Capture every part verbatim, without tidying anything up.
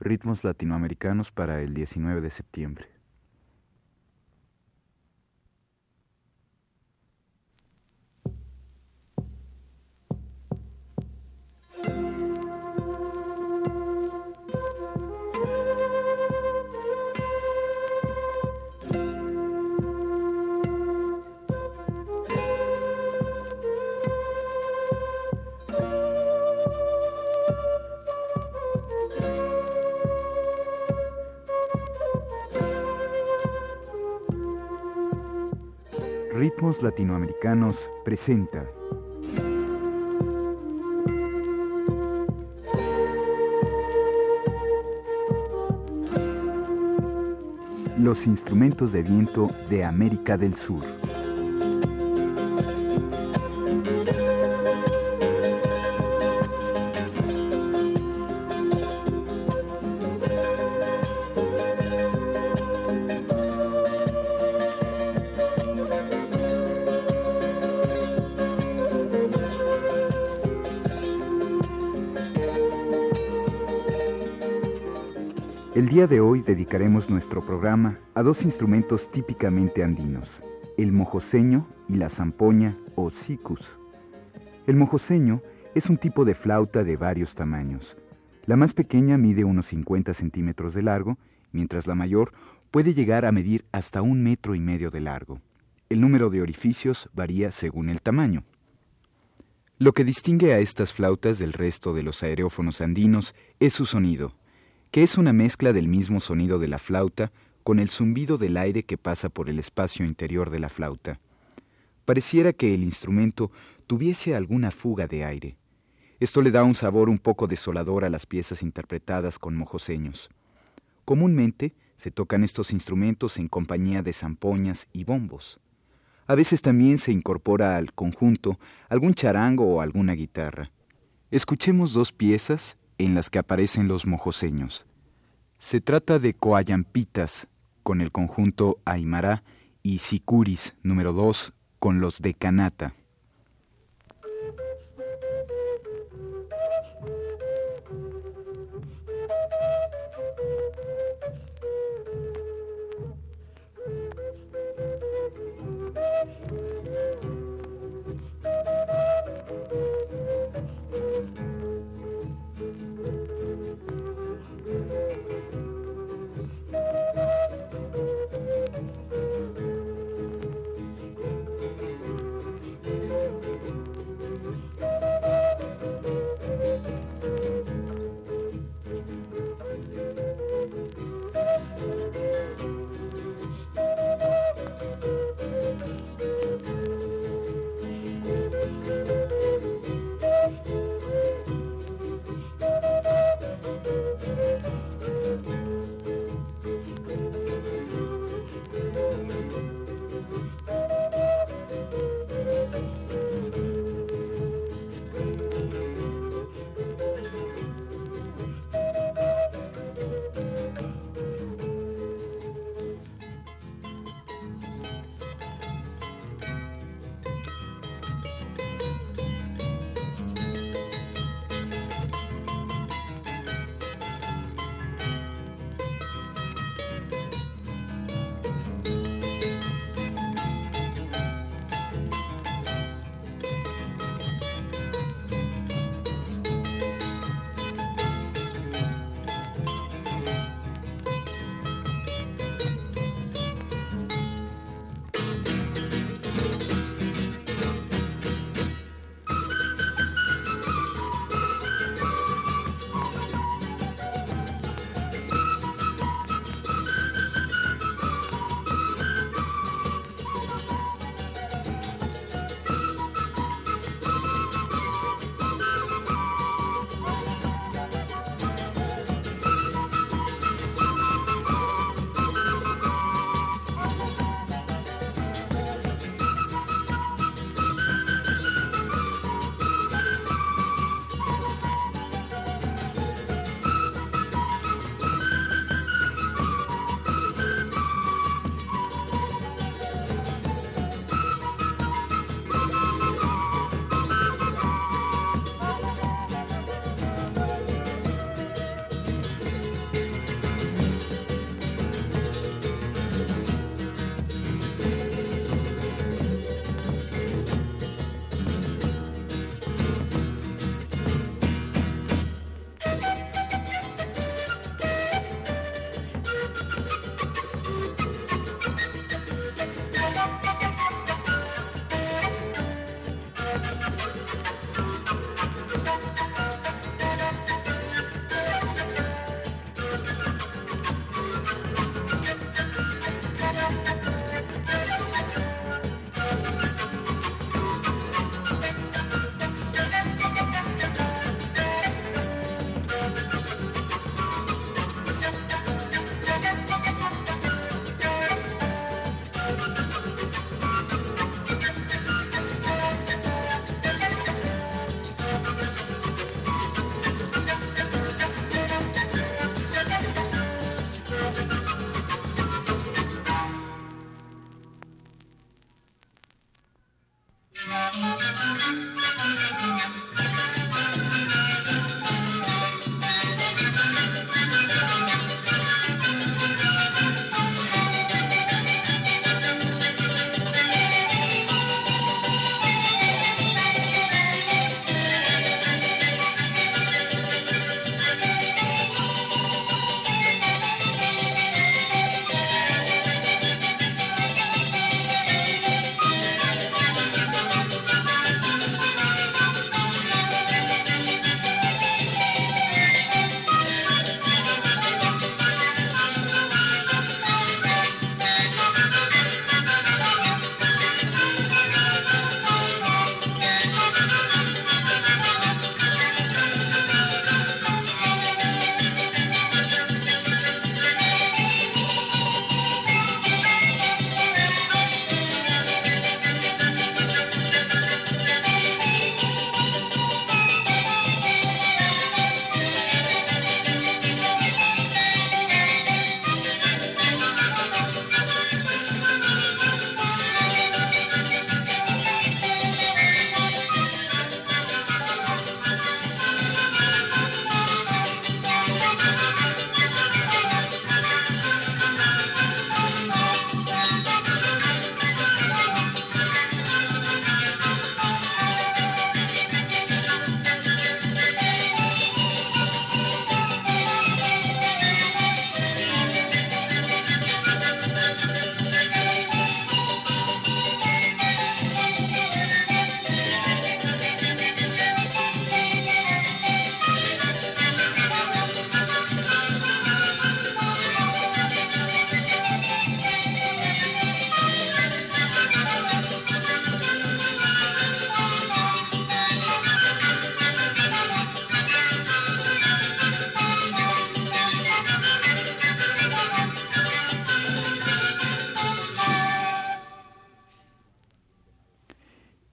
Ritmos latinoamericanos para el diecinueve de septiembre. Ritmos Latinoamericanos presenta los instrumentos de viento de América del Sur. El día de hoy dedicaremos nuestro programa a dos instrumentos típicamente andinos, el mojoseño y la zampoña o sikus. El mojoseño es un tipo de flauta de varios tamaños. La más pequeña mide unos cincuenta centímetros de largo, mientras la mayor puede llegar a medir hasta un metro y medio de largo. El número de orificios varía según el tamaño. Lo que distingue a estas flautas del resto de los aereófonos andinos es su sonido, que es una mezcla del mismo sonido de la flauta con el zumbido del aire que pasa por el espacio interior de la flauta. Pareciera que el instrumento tuviese alguna fuga de aire. Esto le da un sabor un poco desolador a las piezas interpretadas con mojoseños. Comúnmente se tocan estos instrumentos en compañía de zampoñas y bombos. A veces también se incorpora al conjunto algún charango o alguna guitarra. Escuchemos dos piezas en las que aparecen los mojoseños. Se trata de Coayampitas, con el conjunto Aymara, y Sicuris, número dos, con los de Canata.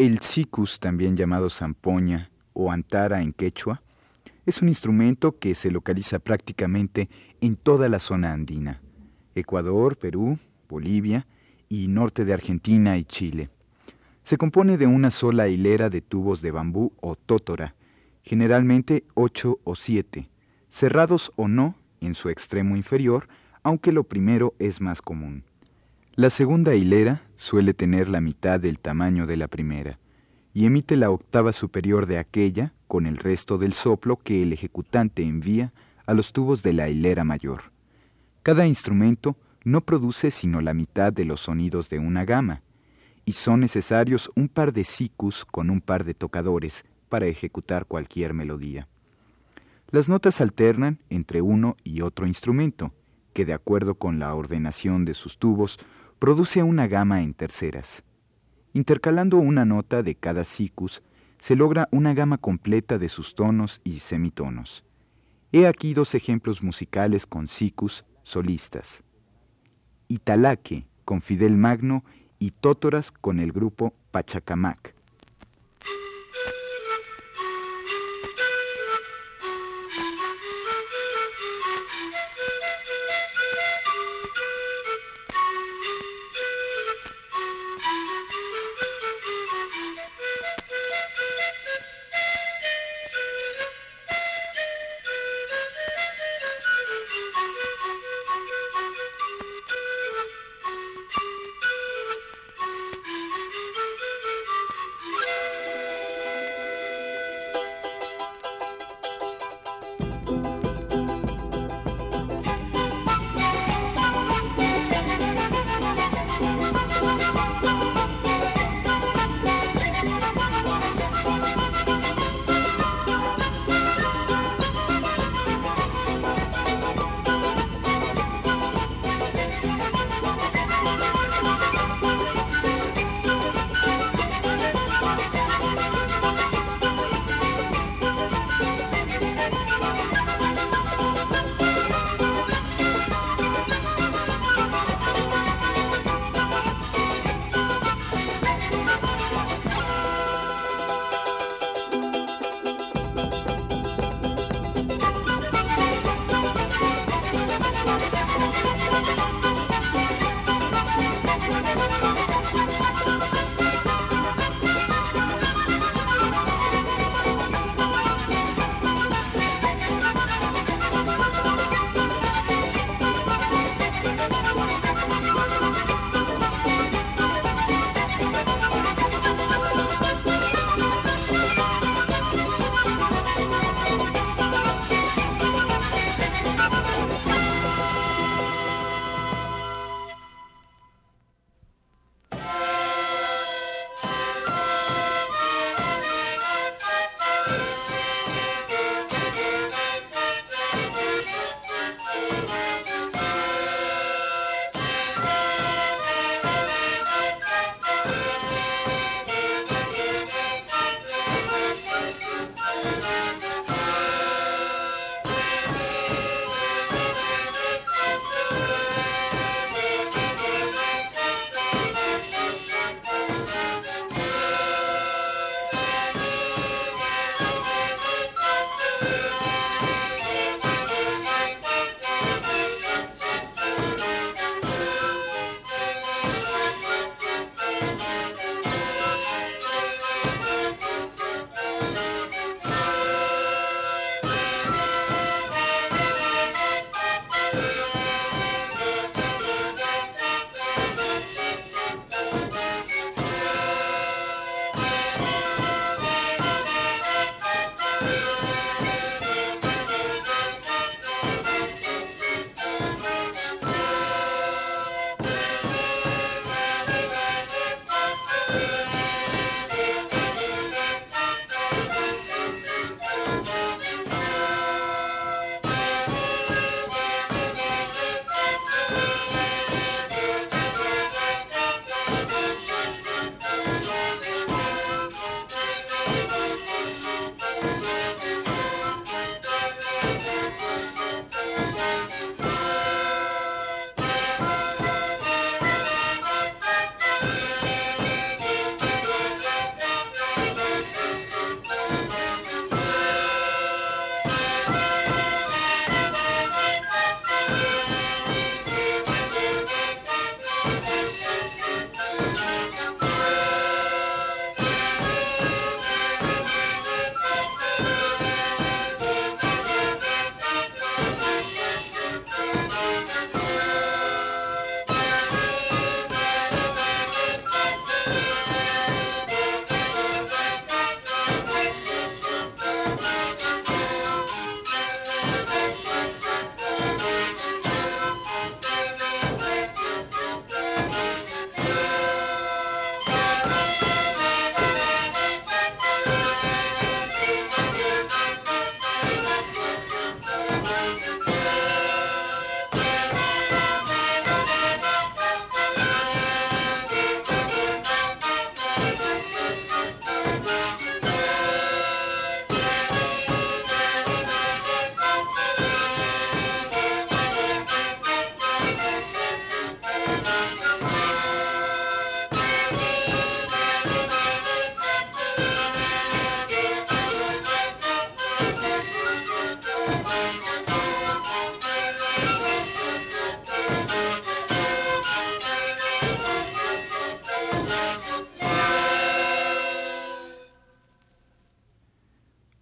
El sikus, también llamado zampoña o antara en quechua, es un instrumento que se localiza prácticamente en toda la zona andina: Ecuador, Perú, Bolivia y norte de Argentina y Chile. Se compone de una sola hilera de tubos de bambú o tótora, generalmente ocho o siete, cerrados o no en su extremo inferior, aunque lo primero es más común. La segunda hilera suele tener la mitad del tamaño de la primera y emite la octava superior de aquella con el resto del soplo que el ejecutante envía a los tubos de la hilera mayor. Cada instrumento no produce sino la mitad de los sonidos de una gama, y son necesarios un par de sikus con un par de tocadores para ejecutar cualquier melodía. Las notas alternan entre uno y otro instrumento, que de acuerdo con la ordenación de sus tubos, produce una gama en terceras. Intercalando una nota de cada sikus, se logra una gama completa de sus tonos y semitonos. He aquí dos ejemplos musicales con sikus solistas: Italaque con Fidel Magno y tótoras con el grupo Pachacamac.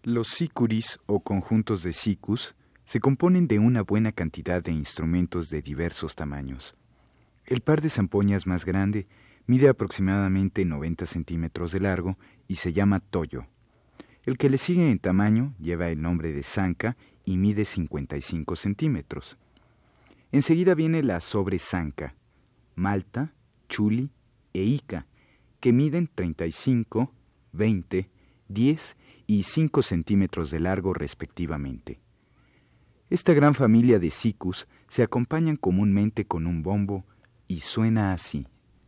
Los sicuris o conjuntos de sicus se componen de una buena cantidad de instrumentos de diversos tamaños. El par de zampoñas más grande mide aproximadamente noventa centímetros de largo y se llama toyo. El que le sigue en tamaño lleva el nombre de zanca y mide cincuenta y cinco centímetros. Enseguida viene la sobrezanca, malta, chuli e ica, que miden treinta y cinco, veinte, diez y cinco centímetros de largo respectivamente. Esta gran familia de sicus se acompañan comúnmente con un bombo y suena así.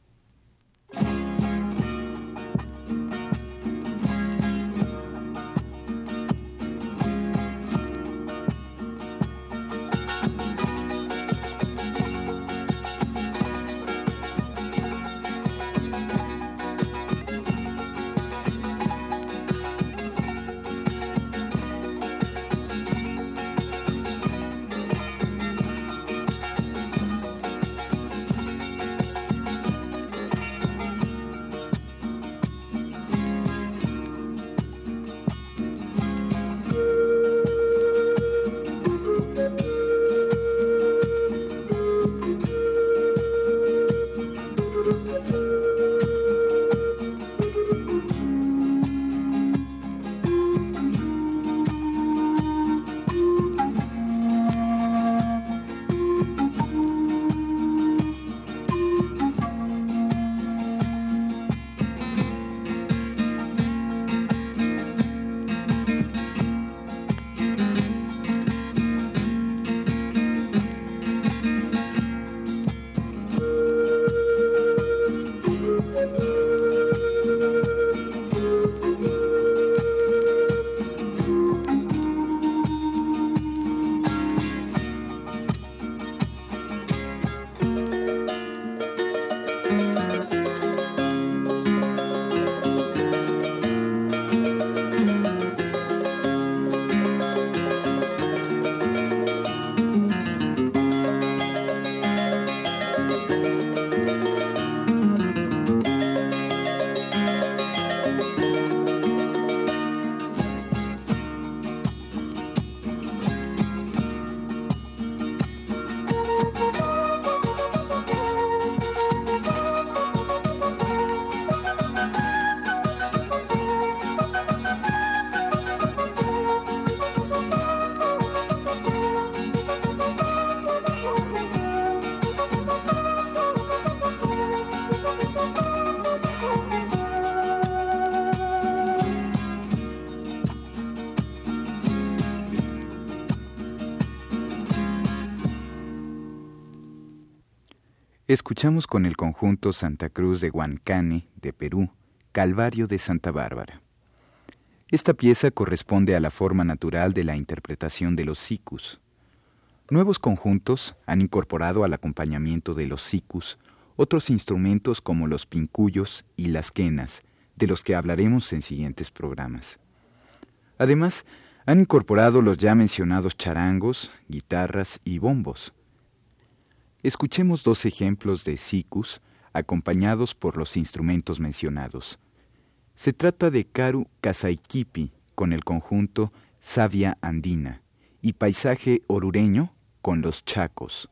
Escuchamos con el conjunto Santa Cruz de Huancane, de Perú, Calvario de Santa Bárbara. Esta pieza corresponde a la forma natural de la interpretación de los sicus. Nuevos conjuntos han incorporado al acompañamiento de los sicus otros instrumentos como los pincuyos y las quenas, de los que hablaremos en siguientes programas. Además, han incorporado los ya mencionados charangos, guitarras y bombos. Escuchemos dos ejemplos de sicus acompañados por los instrumentos mencionados. Se trata de Caru Casaiquipi con el conjunto Savia Andina y Paisaje Orureño con los chacos.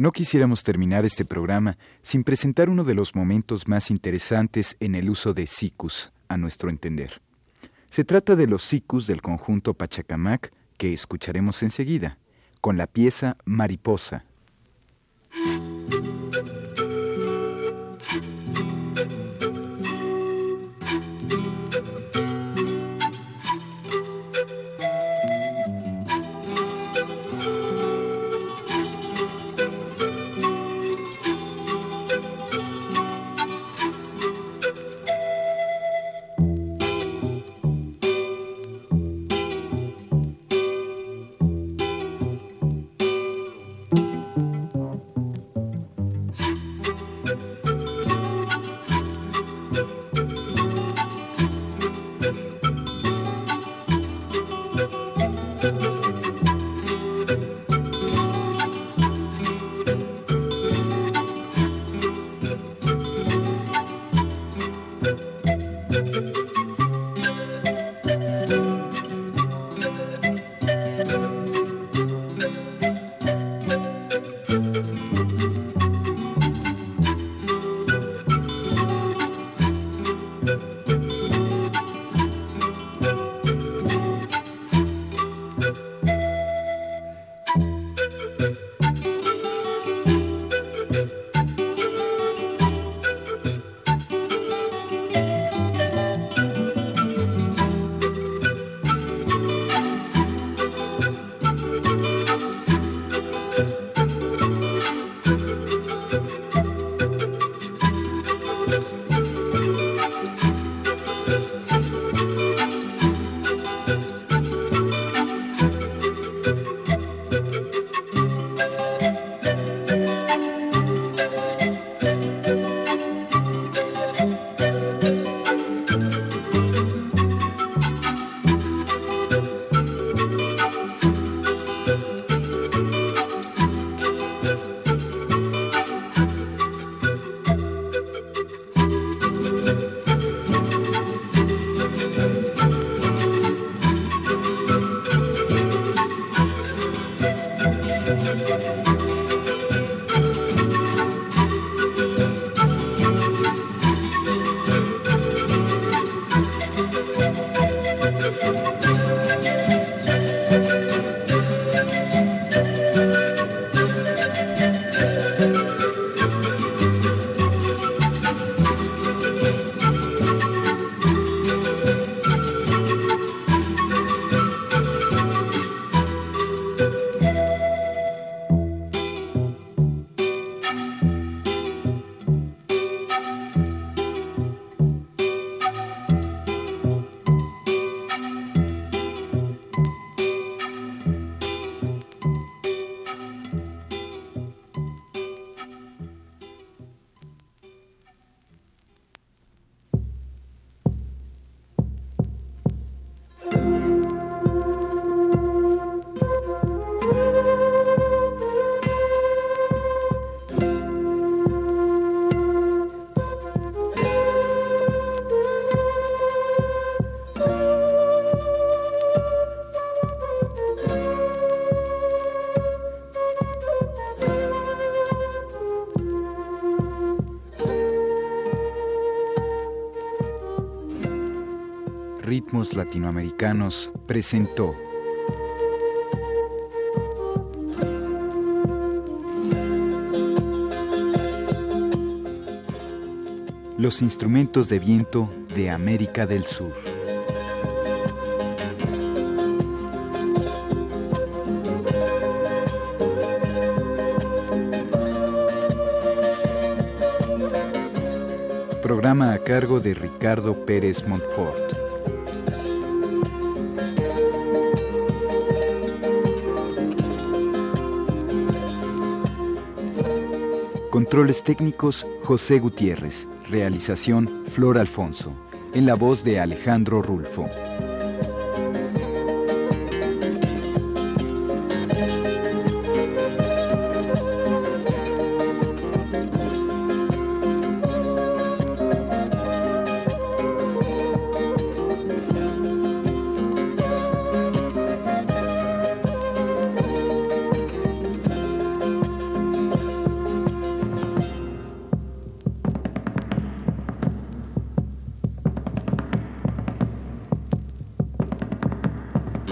No quisiéramos terminar este programa sin presentar uno de los momentos más interesantes en el uso de sikus, a nuestro entender. Se trata de los sikus del conjunto Pachacamac, que escucharemos enseguida, con la pieza Mariposa. Ritmos Latinoamericanos presentó Los instrumentos de viento de América del Sur. Programa a cargo de Ricardo Pérez Montfort. Controles técnicos, José Gutiérrez. Realización, Flor Alfonso. En la voz de Alejandro Rulfo.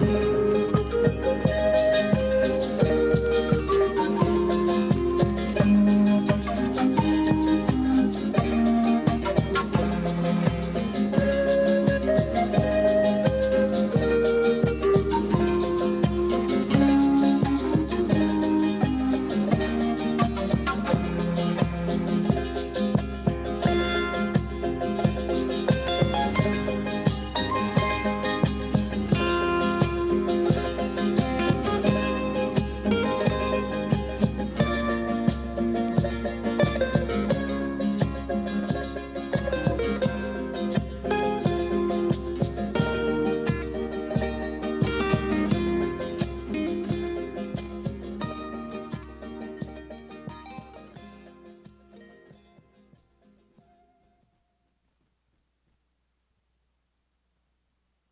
abrazo.